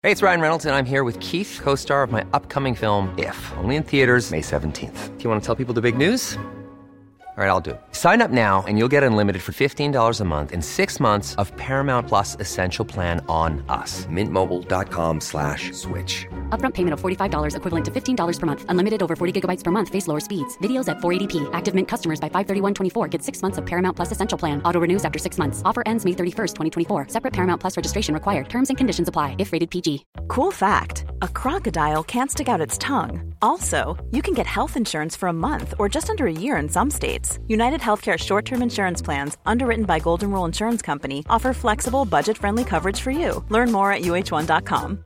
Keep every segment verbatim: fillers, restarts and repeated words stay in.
Hey, it's Ryan Reynolds, and I'm here with Keith, co-star of my upcoming film, If, only in theaters May seventeenth. Do you want to tell people the big news? All right, I'll do it. Sign up now and you'll get unlimited for fifteen dollars a month and six months of Paramount Plus Essential Plan on us. Mint Mobile dot com slash switch. Upfront payment of forty-five dollars equivalent to fifteen dollars per month. Unlimited over forty gigabytes per month. Face lower speeds. Videos at four eighty p. Active Mint customers by five thirty-one twenty-four get six months of Paramount Plus Essential Plan. Auto renews after six months. Offer ends May thirty-first, twenty twenty-four. Separate Paramount Plus registration required. Terms and conditions apply if rated P G. Cool fact, a crocodile can't stick out its tongue. Also, you can get health insurance for a month or just under a year in some states. United Healthcare short-term insurance plans, underwritten by Golden Rule Insurance Company, offer flexible, budget-friendly coverage for you. Learn more at u h one dot com.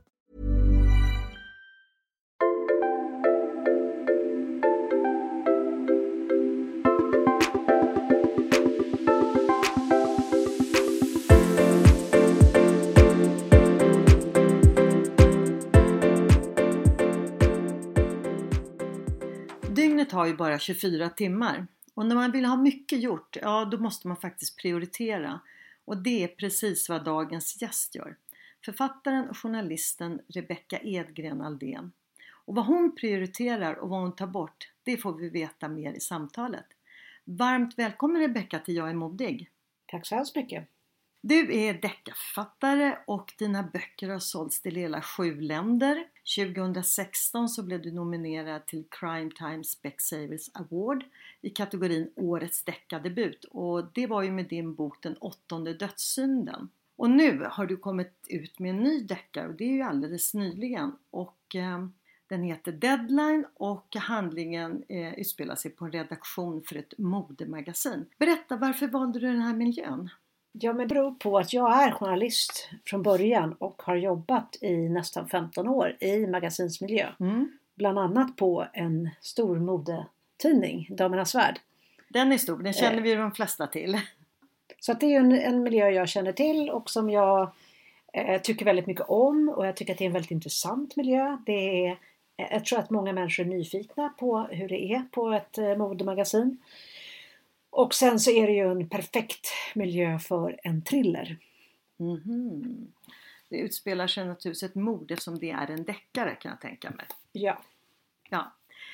Dygnet har ju bara tjugofyra timmar. Och när man vill ha mycket gjort, ja då måste man faktiskt prioritera. Och det är precis vad dagens gäst gör. Författaren och journalisten Rebecka Edgren Aldén. Och vad hon prioriterar och vad hon tar bort, det får vi veta mer i samtalet. Varmt välkommen Rebecka till Jag är modig. Tack så hemskt mycket. Du är deckarförfattare och dina böcker har sålts till hela sju länder. tjugohundrasexton så blev du nominerad till Crime Time Specsavers Award i kategorin Årets deckardebut. Och det var ju med din bok Den åttonde dödssynden. Och nu har du kommit ut med en ny deckare och det är ju alldeles nyligen. Och eh, den heter Deadline och handlingen eh, utspelar sig på en redaktion för ett modemagasin. Berätta, varför valde du den här miljön? Ja, men det beror på att jag är journalist från början och har jobbat i nästan femton år i magasinsmiljö. Mm. Bland annat på en stor modetidning, Damernas Värld. Den är stor, den känner eh. vi de flesta till. Så att det är en, en miljö jag känner till och som jag eh, tycker väldigt mycket om. Och jag tycker att det är en väldigt intressant miljö. Det är, eh, jag tror att många människor är nyfikna på hur det är på ett eh, modemagasin. Och sen så är det ju en perfekt miljö för en thriller. Mm-hmm. Det utspelar sig naturligtvis ett mord som det är en deckare, kan jag tänka mig. Ja. Ja.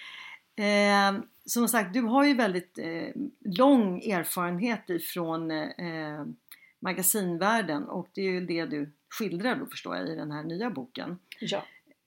Eh, som sagt, du har ju väldigt eh, lång erfarenhet ifrån eh, magasinvärlden. Och det är ju det du skildrar då, förstår jag, i den här nya boken. Ja.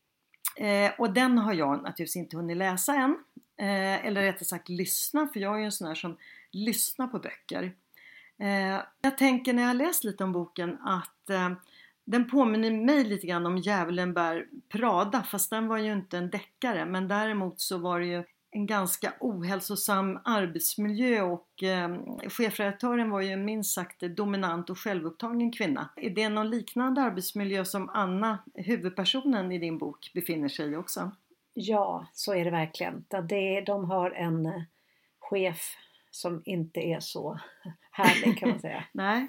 Eh, och den har jag naturligtvis inte hunnit läsa än. Eh, eller rättare sagt lyssna, för jag är ju en sån här som lyssnar på böcker. Eh, jag tänker när jag har läst lite om boken att eh, den påminner mig lite grann om Djävulen bär Prada, fast den var ju inte en deckare, men däremot så var det ju en ganska ohälsosam arbetsmiljö och eh, chefredaktören var ju en minst sagt dominant och självupptagen kvinna. Är det någon liknande arbetsmiljö som Anna, huvudpersonen i din bok, befinner sig i också? Ja, så är det verkligen. Det, de har en chef som inte är så härlig, kan man säga. Nej.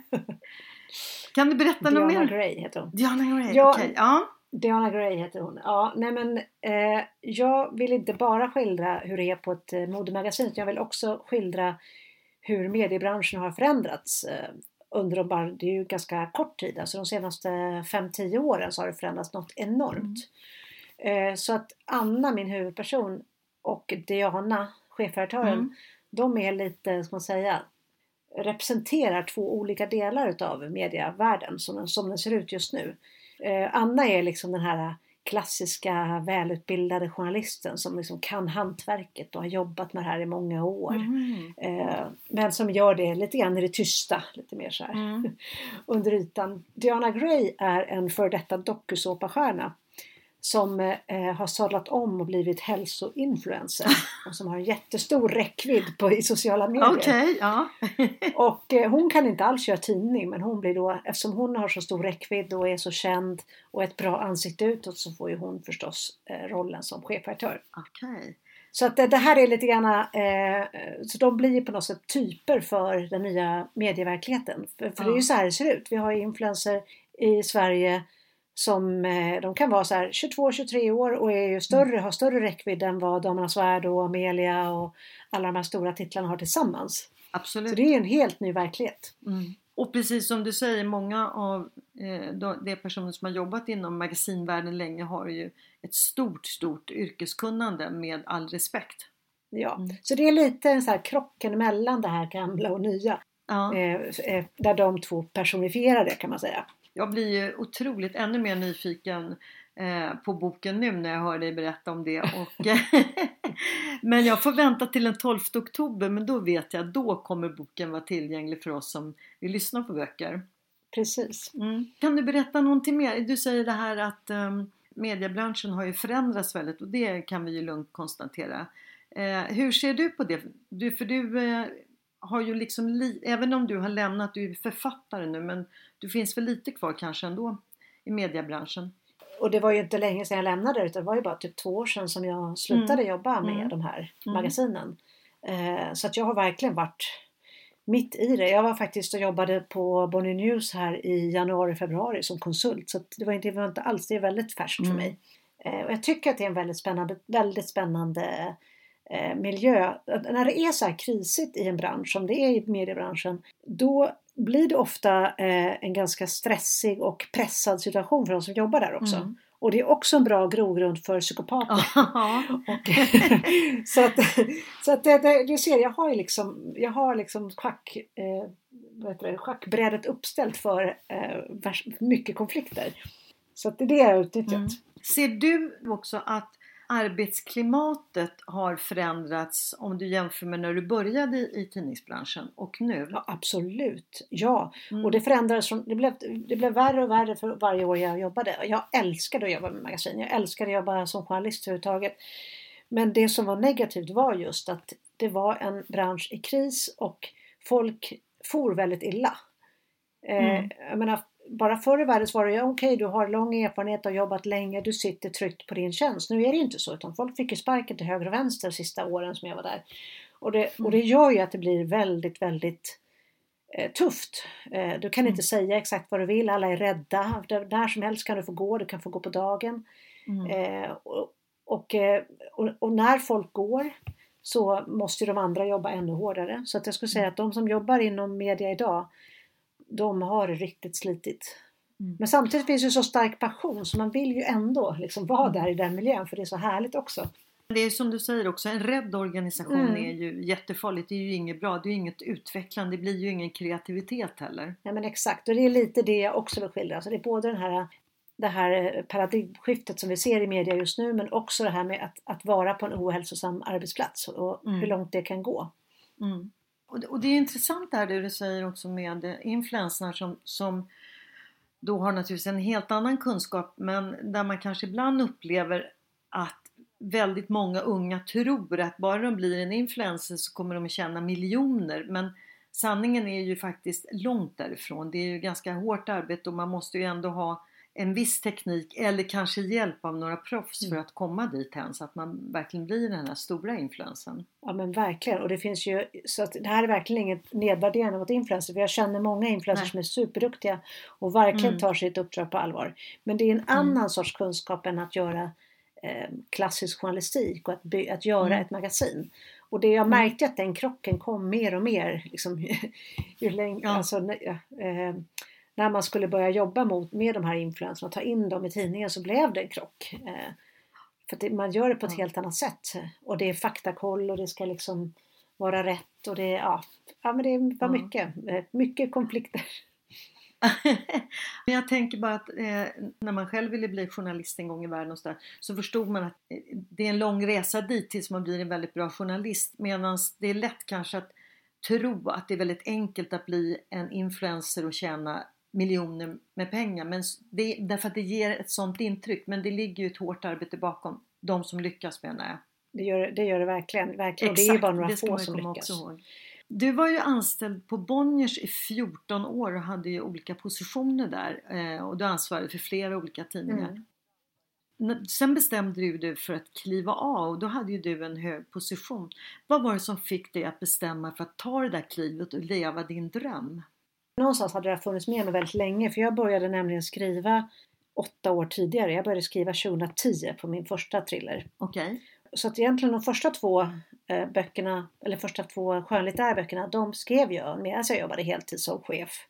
Kan du berätta något mer? Diana Gray heter hon. Diana Gray, ja, okej. Okay. Ja. Diana Gray heter hon. Ja, nej men eh, jag vill inte bara skildra hur det är på ett eh, modemagasin. Jag vill också skildra hur mediebranschen har förändrats eh, under de bara, det är ju ganska kort tid. Alltså de senaste fem till tio åren så har det förändrats något enormt. Mm. Eh, så att Anna, min huvudperson, och Diana, chefredaktören, mm. de är lite, ska man säga, representerar två olika delar utav medievärlden som, som den ser ut just nu. Eh, Anna är liksom den här klassiska välutbildade journalisten som liksom kan hantverket och har jobbat med det här i många år. Mm. Eh, men som gör det lite grann i det tysta, lite mer så här mm. under ytan. Diana Gray är en för detta dokusåpastjärna som eh, har sadlat om och blivit hälsoinfluencer och som har en jättestor räckvidd på, i sociala medier. Okej, ja. Och eh, hon kan inte alls köra tidning, men hon blir då, eftersom hon har så stor räckvidd och är så känd och ett bra ansikte utåt, så får ju hon förstås eh, rollen som chefredaktör. Okej. Så att eh, det här är lite grann, eh, så de blir på något sätt typer för den nya medieverkligheten. För, för ja. Det är ju så här det ser ut. Vi har influencer i Sverige som de kan vara så här tjugotvå till tjugotre år och är ju större, mm. har större räckvidd än vad Damernas Värld och Amelia och alla de här stora titlarna har tillsammans. Absolut. Så det är en helt ny verklighet. Mm. Och precis som du säger, många av eh, de personer som har jobbat inom magasinvärlden länge har ju ett stort, stort yrkeskunnande med all respekt. Ja, Mm. så det är lite en så här krocken mellan det här gamla och nya. Ja. Eh, eh, där de två personifierar det, kan man säga. Jag blir ju otroligt ännu mer nyfiken eh, på boken nu när jag hör dig berätta om det. Och, men jag får vänta till den tolfte oktober, men då vet jag, då kommer boken vara tillgänglig för oss som vill lyssna på böcker. Precis. Mm. Kan du berätta någonting mer? Du säger det här att um, mediebranschen har ju förändrats väldigt, och det kan vi ju lugnt konstatera. Eh, hur ser du på det? Du, för du eh, har ju liksom, li- även om du har lämnat, du är författare nu, men du finns väl lite kvar kanske ändå i mediebranschen? Och det var ju inte länge sedan jag lämnade det, utan det var ju bara typ två år sedan som jag slutade Mm. jobba med Mm. de här Mm. magasinen. Eh, så att jag har verkligen varit mitt i det. Jag var faktiskt och jobbade på Bonnier News här i januari, februari som konsult. Så att det var inte, det var inte alls, det är väldigt färskt Mm. för mig. Eh, och jag tycker att det är en väldigt spännande, väldigt spännande eh, miljö. Att när det är så här krisigt i en bransch som det är i mediebranschen, då blir det ofta eh, en ganska stressig och pressad situation för de som jobbar där också. Mm. Och det är också en bra grogrund för psykopater. Ja. Och, så att, så att det, det, du ser, jag har ju liksom, jag har liksom schack, eh, vad heter det, schackbrädet uppställt för eh, mycket konflikter. Så att det är det jag har utnyttjat. Mm. Ser du också att arbetsklimatet har förändrats om du jämför med när du började i tidningsbranschen och nu? Ja, absolut, ja. Mm. Och det förändrades från, det blev, det blev värre och värre för varje år jag jobbade. Jag älskade att jobba med magasin, jag älskade att jobba som journalist överhuvudtaget. Men det som var negativt var just att det var en bransch i kris och folk for väldigt illa. Mm. Eh, jag menar, bara förr i världen var det ju okej, okay, du har lång erfarenhet och jobbat länge, du sitter tryggt på din tjänst. Nu är det ju inte så, utan folk fick ju sparken till höger och vänster de sista åren som jag var där. Och det, mm. och det gör ju att det blir väldigt, väldigt eh, tufft. Eh, du kan mm. inte säga exakt vad du vill, alla är rädda. När som helst kan du få gå, du kan få gå på dagen. Mm. Eh, och, och, och, och när folk går så måste de andra jobba ännu hårdare. Så att jag skulle säga att de som jobbar inom media idag, de har det riktigt slitigt. Mm. Men samtidigt finns ju så stark passion så man vill ju ändå liksom vara där i den miljön, för det är så härligt också. Det är som du säger också, en rädd organisation mm. är ju jättefarligt. Det är ju inget bra, det är ju inget utvecklande, det blir ju ingen kreativitet heller. Ja, men exakt, och det är lite det jag också vill skildra. Så det är både den här, det här paradigmskiftet som vi ser i media just nu, men också det här med att, att vara på en ohälsosam arbetsplats och mm. hur långt det kan gå. Mm. Och det är intressant det här du säger också med influencers som, som då har naturligtvis en helt annan kunskap, men där man kanske ibland upplever att väldigt många unga tror att bara de blir en influencer så kommer de att tjäna miljoner, men sanningen är ju faktiskt långt därifrån. Det är ju ganska hårt arbete och man måste ju ändå ha en viss teknik eller kanske hjälp av några proffs mm. för att komma dit än, så att man verkligen blir den här stora influensen. Ja, men verkligen, och det finns ju, så att det här är verkligen inget nedvärderande mot influencer, för jag känner många influencers Nej. som är superduktiga och verkligen mm. tar sitt uppdrag på allvar. Men det är en annan mm. sorts kunskap än att göra eh, klassisk journalistik och att, by- att göra mm. ett magasin. Och det jag märkte att den krocken kom mer och mer liksom, ju längre, ja. alltså, eh, när man skulle börja jobba mot, med de här influencerna och ta in dem i tidningen, så blev det en krock. Eh, för att det, man gör det på ett ja. helt annat sätt. Och det är faktakoll och det ska liksom vara rätt. Och det, ja, ja, men det var ja. mycket, mycket konflikter. Men jag tänker bara att eh, när man själv ville bli journalist en gång i världen och så, där, så förstod man att det är en lång resa dit tills man blir en väldigt bra journalist. Medan det är lätt kanske att tro att det är väldigt enkelt att bli en influencer och tjäna miljoner med pengar, men det, därför att det ger ett sånt intryck, men det ligger ju ett hårt arbete bakom de som lyckas, menar jag. Det gör det, gör det verkligen, verkligen. Exakt, och det är ju bara några få som lyckas. Du var ju anställd på Bonniers i fjorton år och hade ju olika positioner där, och du ansvarade för flera olika tidningar. Mm. Sen bestämde du dig för att kliva av, och då hade ju du en hög position. Vad var det som fick dig att bestämma för att ta det där klivet och leva din dröm? Någonstans hade det funnits med mig väldigt länge, för jag började nämligen skriva åtta år tidigare. Jag började skriva tjugohundratio på min första thriller. Okej. Okay. Så att egentligen de första två eh, böckerna, eller första två skönlitterära böckerna, de skrev jag medan jag jobbade heltid som chef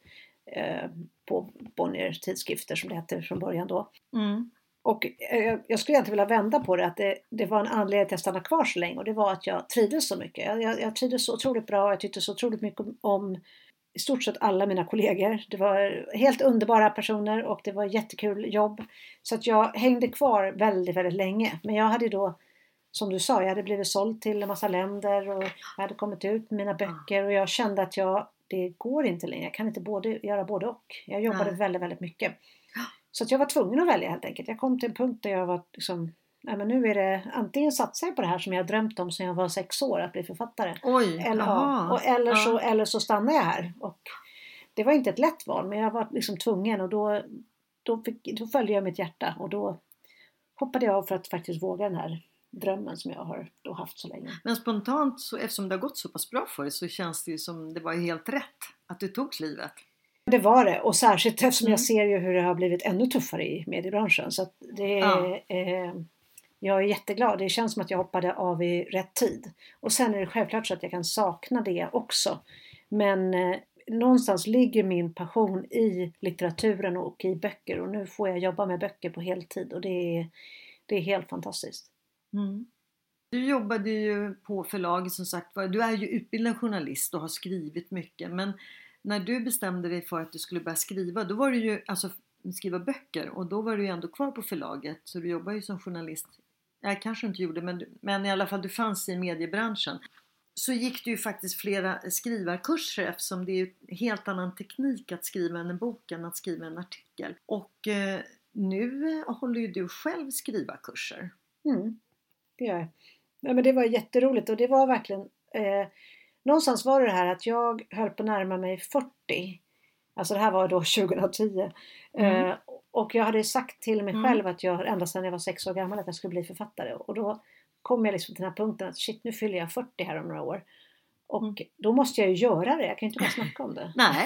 eh, på Bonnier tidskrifter som det hette från början då. Mm. Och eh, jag skulle inte vilja vända på det, att det, det var en anledning till att jag stannade kvar så länge, och det var att jag trivdes så mycket. Jag, jag, jag trivdes så otroligt bra, jag tyckte så otroligt mycket om, om i stort sett alla mina kollegor. Det var helt underbara personer och det var jättekul jobb. Så att jag hängde kvar väldigt, väldigt länge. Men jag hade då, som du sa, jag hade blivit såld till en massa länder och jag hade kommit ut med mina böcker och jag kände att jag, det går inte längre. Jag kan inte både, göra både och. Jag jobbade Nej. väldigt, väldigt mycket. Så att jag var tvungen att välja helt enkelt. Jag kom till en punkt där jag var liksom, nej men nu är det, antingen satsar jag på det här som jag drömt om sedan jag var sex år, att bli författare. Oj, Eller, aha. ja, och eller, så, Ja. eller så stannar jag här. Och det var inte ett lätt val, men jag var liksom tvungen och då, då, fick, då följde jag mitt hjärta och då hoppade jag av för att faktiskt våga den här drömmen som jag har då haft så länge. Men spontant, så, eftersom det har gått så pass bra för dig, så känns det ju som det var helt rätt att du tog klivet. Det var det, och särskilt eftersom Mm. jag ser ju hur det har blivit ännu tuffare i mediebranschen. Så att det är, Ja. eh, jag är jätteglad, det känns som att jag hoppade av i rätt tid. Och sen är det självklart så att jag kan sakna det också. Men eh, någonstans ligger min passion i litteraturen och i böcker. Och nu får jag jobba med böcker på heltid och det är, det är helt fantastiskt. Mm. Du jobbade ju på förlaget som sagt. Du är ju utbildad journalist och har skrivit mycket. Men när du bestämde dig för att du skulle börja skriva, då var du ju, alltså skriva böcker, och då var du ju ändå kvar på förlaget. Så du jobbar ju som journalist. Jag kanske inte gjorde, men, men i alla fall du fanns i mediebranschen. Så gick du ju faktiskt flera skrivarkurser, eftersom det är ju en helt annan teknik att skriva en bok än att skriva en artikel. Och eh, nu håller ju du själv skrivarkurser. Mm, det gör jag. Ja, men det var jätteroligt och det var verkligen eh, någonstans var det det här att jag höll på att närma mig fyrtio. Alltså det här var då tjugohundratio. Mm. Eh, och jag hade sagt till mig Mm. själv att jag ända sedan jag var sex år gammal att jag skulle bli författare. Och då kom jag liksom till den här punkten att shit, nu fyller jag fyrtio här om några år. Och Mm. då måste jag ju göra det. Jag kan inte bara snacka om det. Nej.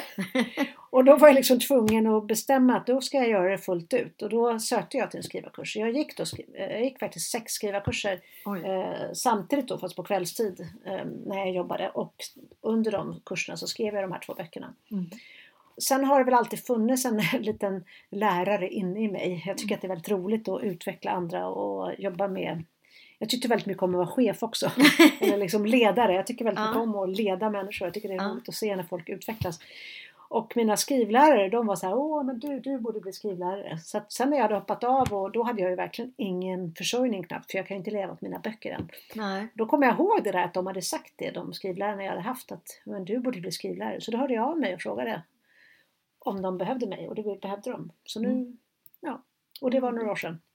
Och då var jag liksom tvungen att bestämma att då ska jag göra det fullt ut. Och då sökte jag till en skrivarkurs. Jag gick, då, jag gick faktiskt sex skrivarkurser eh, samtidigt då, fast på kvällstid eh, när jag jobbade. Och under de kurserna så skrev jag de här två böckerna. Mm. Sen har det väl alltid funnits en liten lärare inne i mig. Jag tycker att det är väldigt roligt att utveckla andra och jobba med. Jag tyckte väldigt mycket om att vara chef också. Eller liksom ledare. Jag tycker väldigt Ja. mycket om att leda människor. Jag tycker det är Ja. roligt att se när folk utvecklas. Och mina skrivlärare, de var så här, åh men du, du borde bli skrivlärare. Så att sen när jag hade hoppat av, och då hade jag ju verkligen ingen försörjning knappt. För jag kan ju inte leva på mina böcker än. Nej. Då kom jag ihåg det där att de hade sagt det, de skrivlärarna jag hade haft. Att men du borde bli skrivlärare. Så då hörde jag av mig och frågade om de behövde mig. Och det behövde de. Så nu, Mm. ja. Och det var några år sedan.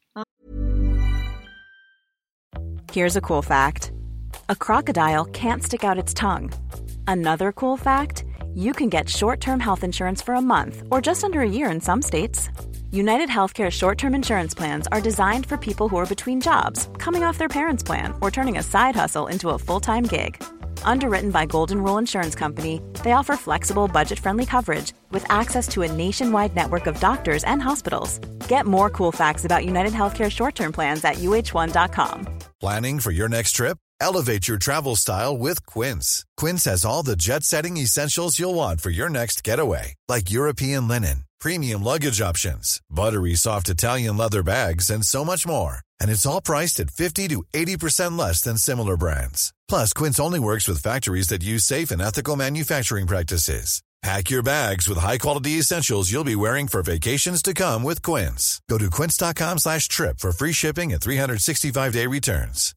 Here's a cool fact. A crocodile can't stick out its tongue. Another cool fact, you can get short-term health insurance for a month or just under a year in some states. United Healthcare short-term insurance plans are designed for people who are between jobs, coming off their parents' plan, or turning a side hustle into a full-time gig. Underwritten by Golden Rule Insurance Company, they offer flexible, budget-friendly coverage with access to a nationwide network of doctors and hospitals. Get more cool facts about United Healthcare short-term plans at U H one dot com. Planning for your next trip? Elevate your travel style with Quince. Quince has all the jet-setting essentials you'll want for your next getaway, like European linen, premium luggage options, buttery soft Italian leather bags, and so much more. And it's all priced at fifty to eighty percent less than similar brands. Plus, Quince only works with factories that use safe and ethical manufacturing practices. Pack your bags with high-quality essentials you'll be wearing for vacations to come with Quince. Go to quince.com slash trip for free shipping and three sixty-five day returns.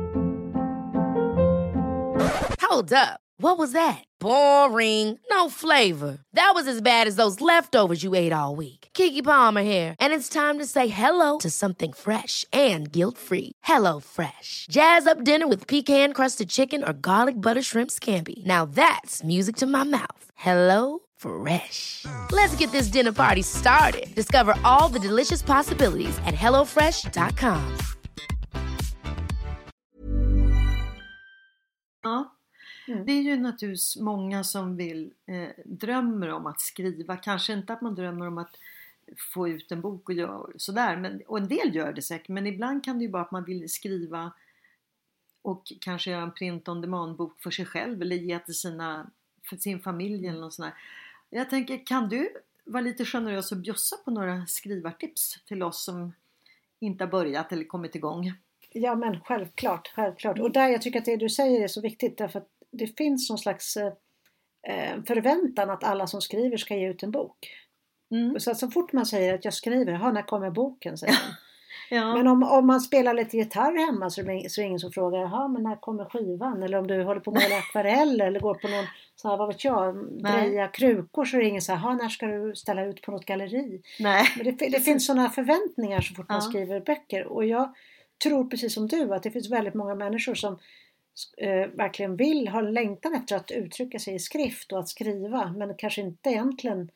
Hold up. What was that? Boring. No flavor. That was as bad as those leftovers you ate all week. Keke Palmer here, and it's time to say hello to something fresh and guilt-free. Hello Fresh. Jazz up dinner with pecan-crusted chicken or garlic butter shrimp scampi. Now that's music to my mouth. Hello Fresh. Let's get this dinner party started. Discover all the delicious possibilities at hello fresh dot com. Ja. Mm. Det är ju naturligtvis många som vill eh, drömmer om att skriva. Kanske inte att man drömmer om att få ut en bok och göra sådär. Men, och en del gör det säkert. Men ibland kan det ju bara att man vill skriva och kanske göra en print on demand bok för sig själv. Eller ge till sina, för sin familj eller något sånt där. Jag tänker, kan du vara lite generös och bjussa på några skrivartips till oss som inte har börjat eller kommit igång? Ja, men självklart, självklart. Och där jag tycker att det du säger är så viktigt, därför att det finns någon slags eh, förväntan att alla som skriver ska ge ut en bok. Mm. Så att så fort man säger att jag skriver, ja, när kommer boken, säger man. Ja. Men om, om man spelar lite gitarr hemma så är det, så är det ingen som frågar, ja, men när kommer skivan? Eller om du håller på med måla akvareller eller går på någon, så här, vad vet jag, dreja krukor, så är det ingen så här, när ska du ställa ut på något galleri? Nej. Men det, det finns sådana förväntningar så fort ja. man skriver böcker. Och jag tror precis som du att det finns väldigt många människor som eh, verkligen vill ha längtan efter att uttrycka sig i skrift och att skriva, men kanske inte egentligen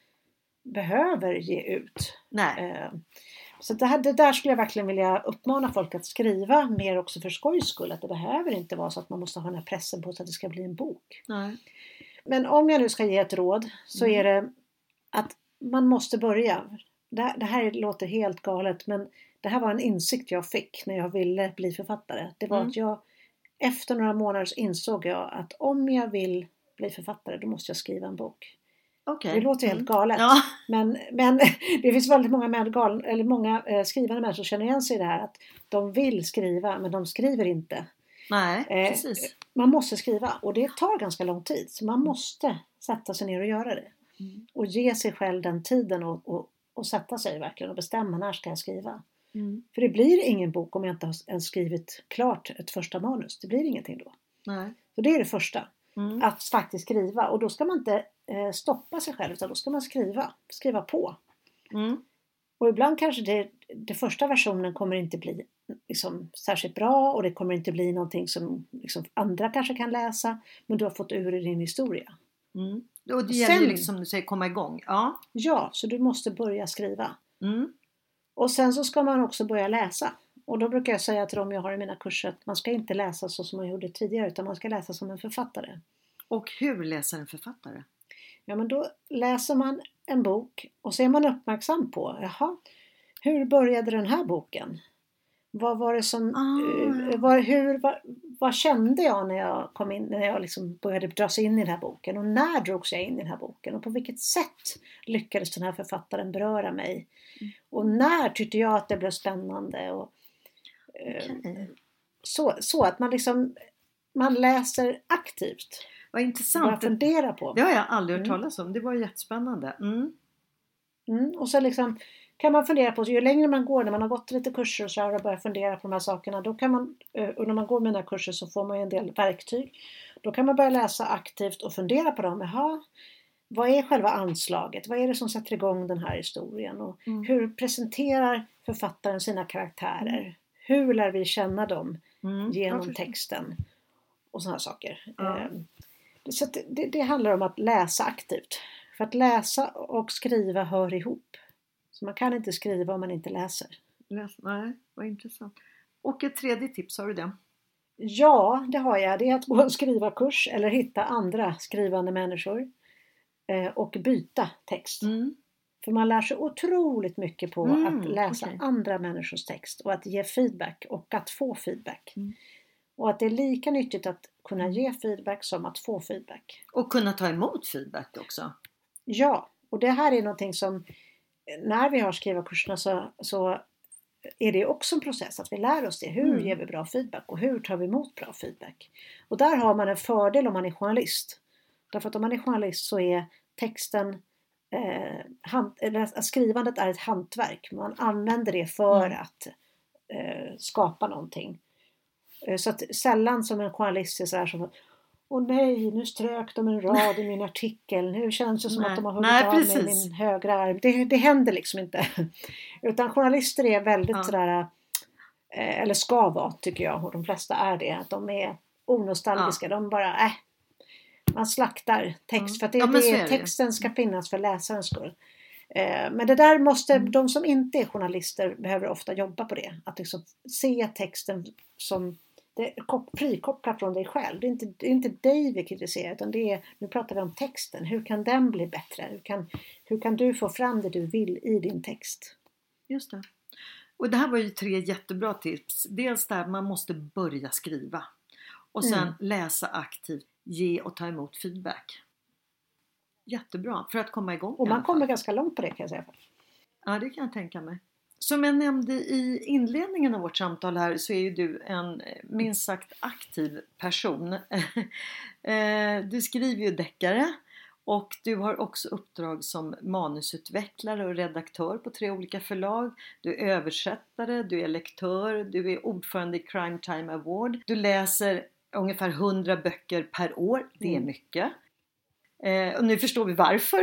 behöver ge ut. Nej. Eh, Så det, här, det där skulle jag verkligen vilja uppmana folk att skriva mer också för skojs skull. Att det behöver inte vara så att man måste ha den här pressen på så att det ska bli en bok. Nej. Men om jag nu ska ge ett råd så mm. är det att man måste börja. Det, det här låter helt galet, men det här var en insikt jag fick när jag ville bli författare. Det var mm. att jag efter några månader så insåg jag att om jag vill bli författare då måste jag skriva en bok. Okay. Det låter helt galet. Mm. Ja. Men, men det finns väldigt många, med gal, eller många eh, skrivande människor som känner igen sig i det här. Att de vill skriva men de skriver inte. Nej, eh, precis. Man måste skriva och det tar ganska lång tid. Så man måste sätta sig ner och göra det. Mm. Och ge sig själv den tiden och, och, och sätta sig verkligen och bestämma när ska jag skriva. Mm. För det blir ingen bok om jag inte har ens skrivit klart ett första manus. Det blir ingenting då. Nej. Så det är det första. Mm. Att faktiskt skriva. Och då ska man inte eh, stoppa sig själv. Utan då ska man skriva. Skriva på. Mm. Och ibland kanske det, det första versionen kommer inte bli liksom, särskilt bra. Och det kommer inte bli någonting som liksom, andra kanske kan läsa. Men du har fått ur din historia. Mm. Och det gäller sen, liksom du säger komma igång. Ja. Ja, så du måste börja skriva. Mm. Och sen så ska man också börja läsa. Och då brukar jag säga till dem jag har i mina kurser att man ska inte läsa så som man gjorde tidigare utan man ska läsa som en författare. Och hur läser en författare? Ja, men då läser man en bok och så är man uppmärksam på, jaha, hur började den här boken? Vad var det som, ah. var, hur, vad, vad kände jag när jag kom in, när jag liksom började dras in i den här boken? Och när drogs jag in i den här boken? Och på vilket sätt lyckades den här författaren beröra mig? Mm. Och när tyckte jag att det blev spännande? Och, okay. så, så att man liksom, man läser aktivt. Vad intressant. Bara fundera på. Det har jag aldrig hört mm. talas om. Det var jättespännande. Mm. Mm. Och så liksom kan man fundera på, ju längre man går, när man har gått lite kurser och så här och börjar fundera på de här sakerna, då kan man, och när man går mina kurser så får man ju en del verktyg. Då kan man börja läsa aktivt och fundera på dem. Jaha, vad är själva anslaget? Vad är det som sätter igång den här historien? Och mm. hur presenterar författaren sina karaktärer? Mm. Hur lär vi känna dem mm. genom texten? Och sådana saker. Mm. Så det, det handlar om att läsa aktivt. För att läsa och skriva hör ihop. Så man kan inte skriva om man inte läser. Läs, nej, vad intressant. Och ett tredje tips, har du det? Ja, det har jag. Det är att gå en skrivarkurs eller hitta andra skrivande människor. Eh, och byta text. Mm. För man lär sig otroligt mycket på mm, att läsa okay. andra människors text. Och att ge feedback och att få feedback. Mm. Och att det är lika nyttigt att kunna ge feedback som att få feedback. Och kunna ta emot feedback också. Ja, och det här är någonting som när vi har skrivarkurserna så, så är det också en process att vi lär oss det. Hur mm. ger vi bra feedback och hur tar vi emot bra feedback? Och där har man en fördel om man är journalist. Därför att om man är journalist så är texten, eh, hand, eller skrivandet är ett hantverk. Man använder det för mm. att eh, skapa någonting. Så att sällan som en journalist är så här som åh nej, nu strök de en rad i min artikel. Nu känns det som nej. att de har huggit nej, av mig min högra arm. Det, det händer liksom inte. Utan journalister är väldigt ja. sådär, eller ska vara tycker jag. Och de flesta är det. Att de är onostalgiska. Ja. De bara, äh, man slaktar text. Mm. För att det, ja, det, det, texten ska finnas för läsarens skull. Men det där måste, mm. de som inte är journalister behöver ofta jobba på det. Att liksom se texten som det är frikopplat från dig själv. Det är, inte, det är inte dig vi kritiserar utan det är, nu pratar vi om texten. Hur kan den bli bättre? Hur kan, hur kan du få fram det du vill i din text? Just det. Och det här var ju tre jättebra tips. Dels där man måste börja skriva. Och sen mm. läsa aktivt, ge och ta emot feedback. jättebra för att komma igång. Och man kommer ganska långt på det, kan jag säga. Ja, det kan jag tänka mig. Som jag nämnde i inledningen av vårt samtal här så är ju du en minst sagt aktiv person. Du skriver ju deckare och du har också uppdrag som manusutvecklare och redaktör på tre olika förlag. Du är översättare, du är lektör, du är ordförande i Crime Time Award. Du läser ungefär hundra böcker per år, det är mycket. Och nu förstår vi varför.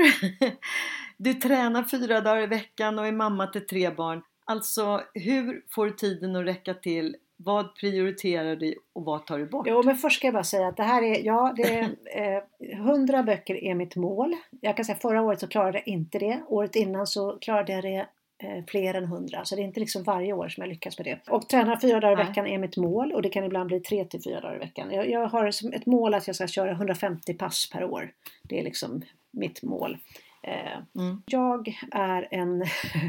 Du tränar fyra dagar i veckan och är mamma till tre barn. Alltså, hur får du tiden att räcka till? Vad prioriterar du och vad tar du bort? Jo, men först ska jag bara säga att det här är, ja, det är eh, hundra böcker är mitt mål. Jag kan säga förra året så klarade jag inte det. Året innan så klarade jag det eh, fler än hundra. Så det är inte liksom varje år som jag lyckas med det. Och träna fyra dagar i veckan är mitt mål. Och det kan ibland bli tre till fyra dagar i veckan. Jag, jag har som ett mål att jag ska köra hundrafemtio pass per år. Det är liksom mitt mål. Mm. Jag är en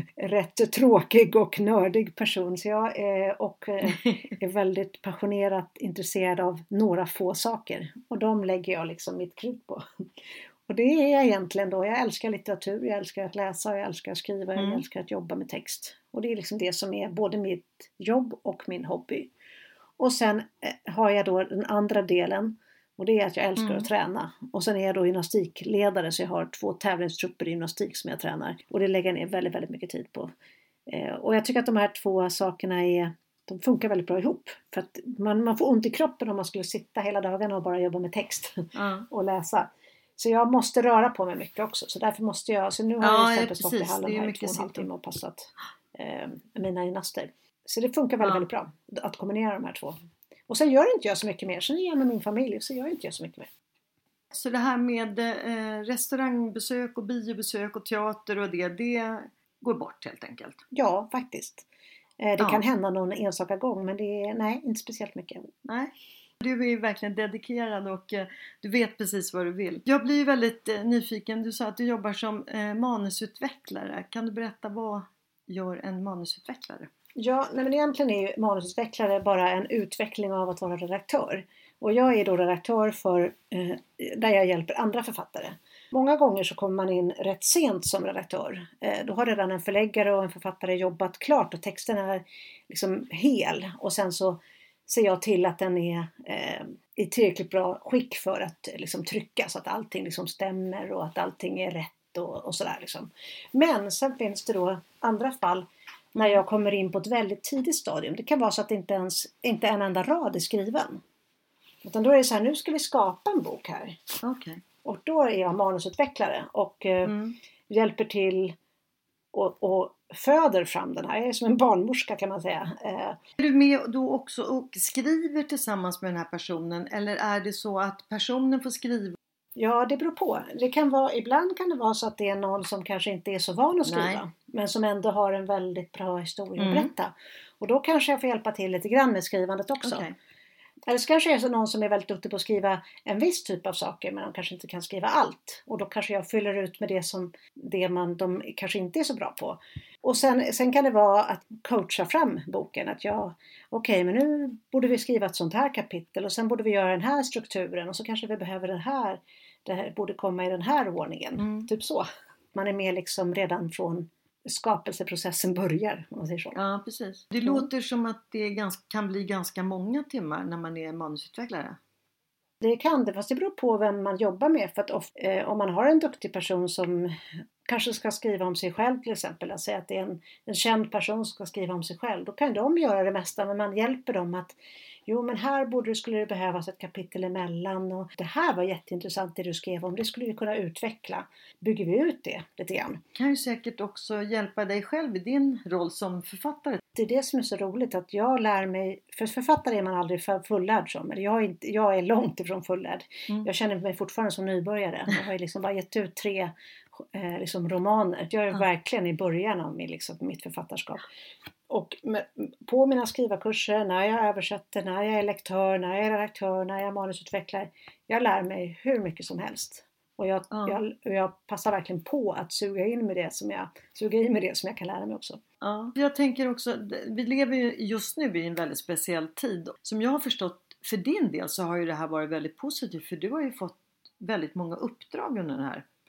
rätt tråkig och nördig person, så jag är, och är väldigt passionerat intresserad av några få saker, och de lägger jag liksom mitt krut på. Och det är jag egentligen då, jag älskar litteratur, jag älskar att läsa, jag älskar att skriva, mm. jag älskar att jobba med text, och det är liksom det som är både mitt jobb och min hobby. Och sen har jag då den andra delen. Och det är att jag älskar mm. att träna. Och sen är jag då gymnastikledare, så jag har två tävlingstrupper i gymnastik som jag tränar. Och det lägger jag ner väldigt, väldigt mycket tid på. Eh, och jag tycker att de här två sakerna är, de funkar väldigt bra ihop. För att man, man får ont i kroppen om man skulle sitta hela dagen och bara jobba med text mm. och läsa. Så jag måste röra på mig mycket också. Så därför måste jag, så nu har ja, jag istället stått i hallen här i två och en halv timme och passat eh, mina gymnaster. Så det funkar väldigt, ja. väldigt bra att kombinera de här två. Och sen gör inte jag så mycket mer. Sen är jag med min familj, så gör inte jag så mycket mer. Så det här med eh, restaurangbesök och biobesök och teater och det, det går bort helt enkelt? Ja, faktiskt. Eh, det ja. kan hända någon enstaka gång, men det är, nej, inte speciellt mycket. Nej. Du är verkligen dedikerad och eh, du vet precis vad du vill. Jag blir väldigt eh, nyfiken. Du sa att du jobbar som eh, manusutvecklare. Kan du berätta, vad gör en manusutvecklare? Ja, nej, men egentligen är ju manusutvecklare bara en utveckling av att vara redaktör. Och jag är då redaktör för, eh, där jag hjälper andra författare. Många gånger så kommer man in rätt sent som redaktör. Eh, då har redan en förläggare och en författare jobbat klart och texten är liksom hel. Och sen så ser jag till att den är eh, i tillräckligt bra skick för att liksom trycka, så att allting liksom stämmer och att allting är rätt och, och sådär liksom. Men sen finns det då andra fall när jag kommer in på ett väldigt tidigt stadium. Det kan vara så att inte ens inte en enda rad är skriven. Utan då är det så här, nu ska vi skapa en bok här. Okay. Och då är jag manusutvecklare och eh, mm. hjälper till och, och föder fram den här. Jag är som en barnmorska, kan man säga. Eh. Är du med då också och skriver tillsammans med den här personen? Eller är det så att personen får skriva? Ja, det beror på. Det kan vara, ibland kan det vara så att det är någon som kanske inte är så van att skriva. Nej. Men som ändå har en väldigt bra historia mm. att berätta. Och då kanske jag får hjälpa till lite grann med skrivandet också. Okay. Eller så kanske det är någon som är väldigt duktig på att skriva en viss typ av saker, men de kanske inte kan skriva allt. Och då kanske jag fyller ut med det som det man, de kanske inte är så bra på. Och sen, sen kan det vara att coacha fram boken. Att jag, okej, okay, men nu borde vi skriva ett sånt här kapitel. Och sen borde vi göra den här strukturen. Och så kanske vi behöver den här, det här borde komma i den här ordningen. Mm. Typ så. Man är med liksom redan från skapelseprocessen börjar, om man säger så. Ja, precis. Det mm. låter som att det är ganska, kan bli ganska många timmar när man är manusutvecklare. Det kan det, fast det beror på vem man jobbar med. För att ofta, eh, om man har en duktig person som kanske ska skriva om sig själv till exempel. Att säga att det är en, en känd person som ska skriva om sig själv. Då kan de göra det mesta, men man hjälper dem att jo, men här borde, skulle det behövas ett kapitel emellan. Och det här var jätteintressant det du skrev om. Det skulle vi kunna utveckla. Bygger vi ut det lite grann? Kan ju säkert också hjälpa dig själv i din roll som författare. Det är det som är så roligt, att jag lär mig. För författare är man aldrig fullärd som. Eller jag är, inte, jag är långt ifrån fullärd. Mm. Jag känner mig fortfarande som nybörjare. Jag har liksom bara gett ut tre eh, liksom romaner. Jag är ja. verkligen i början av min, liksom, mitt författarskap. Och med, på mina skrivarkurser, när jag översätter, när jag är lektör, när jag är redaktör, när jag är manusutvecklare. Jag lär mig hur mycket som helst. Och jag, ja. jag, jag passar verkligen på att suga in med det som jag, suga in med det som jag kan lära mig också. Ja. Jag tänker också, vi lever ju just nu i en väldigt speciell tid. Som jag har förstått, för din del så har ju det här varit väldigt positivt. För du har ju fått väldigt många uppdrag under den här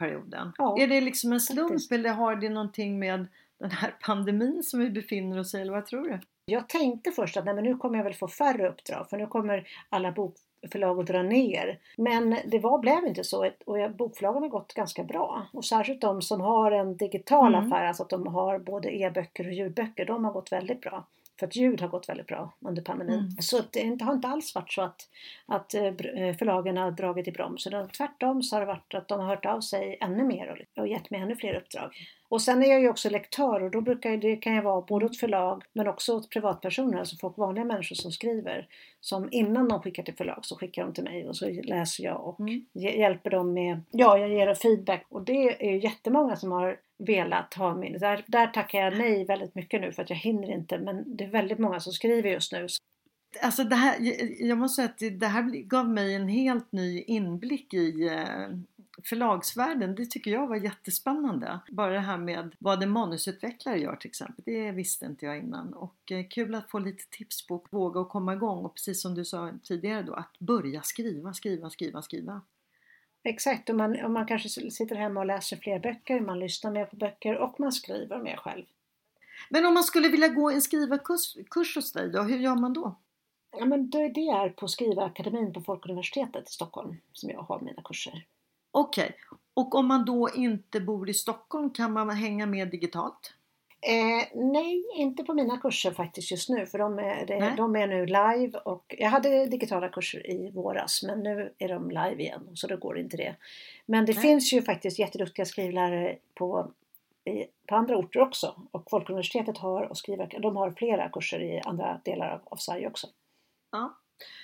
perioden. Ja, är det liksom en slump faktiskt. eller har det någonting med den här pandemin som vi befinner oss i, eller vad tror du? Jag tänkte först att nej, men nu kommer jag väl få färre uppdrag för nu kommer alla bokförlag att dra ner. Men det var, blev inte så och jag, bokförlagen har gått ganska bra. Och särskilt de som har en digital Mm. affär, alltså att de har både e-böcker och ljudböcker, de har gått väldigt bra. För att ljud har gått väldigt bra under pandemin. Mm. Så det har inte alls varit så att, att förlagen har dragit i broms. Så tvärtom så har det varit att de har hört av sig ännu mer och, och gett mig ännu fler uppdrag. Och sen är jag ju också lektör och då brukar det kan jag vara både åt förlag men också åt privatpersoner, alltså folk, vanliga människor som skriver. Som innan de skickar till förlag så skickar de till mig och så läser jag och Mm. hjälper dem med, ja jag ger feedback. Och det är ju jättemånga som har velat ha min, där, där tackar jag nej väldigt mycket nu för att jag hinner inte, men det är väldigt många som skriver just nu. Alltså det här, jag måste säga att det här gav mig en helt ny inblick i förlagsvärlden. Det tycker jag var jättespännande. Bara det här med vad en manusutvecklare gör till exempel. Det visste inte jag innan. Och kul att få lite tips på att våga och komma igång. Och precis som du sa tidigare då, att börja skriva, skriva, skriva, skriva. Exakt, och man, och man kanske sitter hemma och läser fler böcker, man lyssnar mer på böcker och man skriver mer själv. Men om man skulle vilja gå en skrivarkurs kurs hos dig då, hur gör man då? Ja, men det, det är på Skrivarakademin på Folkuniversitetet i Stockholm som jag har mina kurser. Okej, okay. Och om man då inte bor i Stockholm, kan man hänga med digitalt? Eh, nej, inte på mina kurser faktiskt just nu. För de är, det, de är nu live. Och jag hade digitala kurser i våras. Men nu är de live igen. Så då går det inte det. Men det nej. finns ju faktiskt jätteduktiga skrivlärare på, i, på andra orter också. Och Folkuniversitetet har, och skrivar, de har flera kurser i andra delar av, av Sverige också. Ja.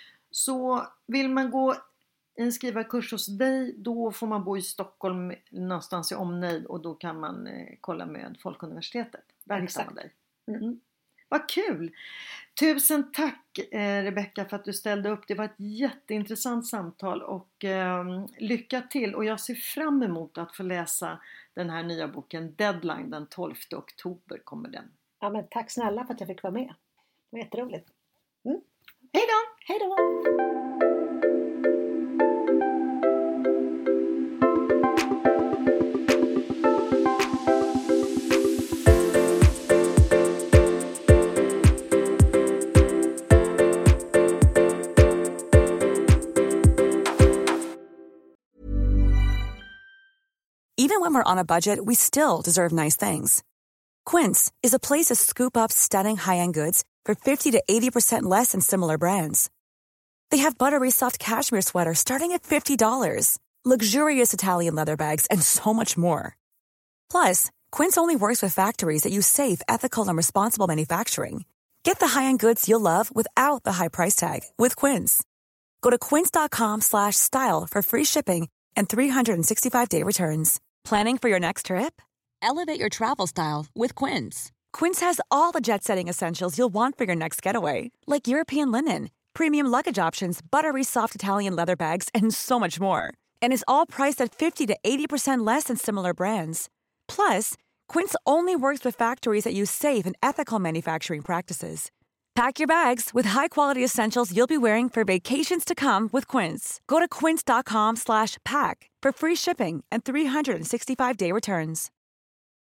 Så vill man gå en skrivarkurs hos dig, då får man bo i Stockholm någonstans i omnejd och då kan man eh, kolla med Folkuniversitetet. Där hittar man dig. Mm. Vad kul! Tusen tack eh, Rebecka för att du ställde upp. Det var ett jätteintressant samtal och eh, lycka till. Och jag ser fram emot att få läsa den här nya boken Deadline den tolfte oktober kommer den. Ja, men tack snälla för att jag fick vara med. Det var jätteroligt. Mm. Hej då! Hej då! Even when we're on a budget, we still deserve nice things. Quince is a place to scoop up stunning high-end goods for fifty to eighty percent less than similar brands. They have buttery soft cashmere sweaters starting at fifty dollars, luxurious Italian leather bags, and so much more. Plus, Quince only works with factories that use safe, ethical, and responsible manufacturing. Get the high-end goods you'll love without the high price tag with Quince. Go to quince.com slash style for free shipping and three sixty-five day returns. Planning for your next trip? Elevate your travel style with Quince. Quince has all the jet-setting essentials you'll want for your next getaway, like European linen, premium luggage options, buttery soft Italian leather bags, and so much more. And is all priced at fifty to eighty percent less than similar brands. Plus, Quince only works with factories that use safe and ethical manufacturing practices. Pack your bags with high-quality essentials you'll be wearing for vacations to come with Quince. Go to quince.com slash pack for free shipping and three sixty-five day returns.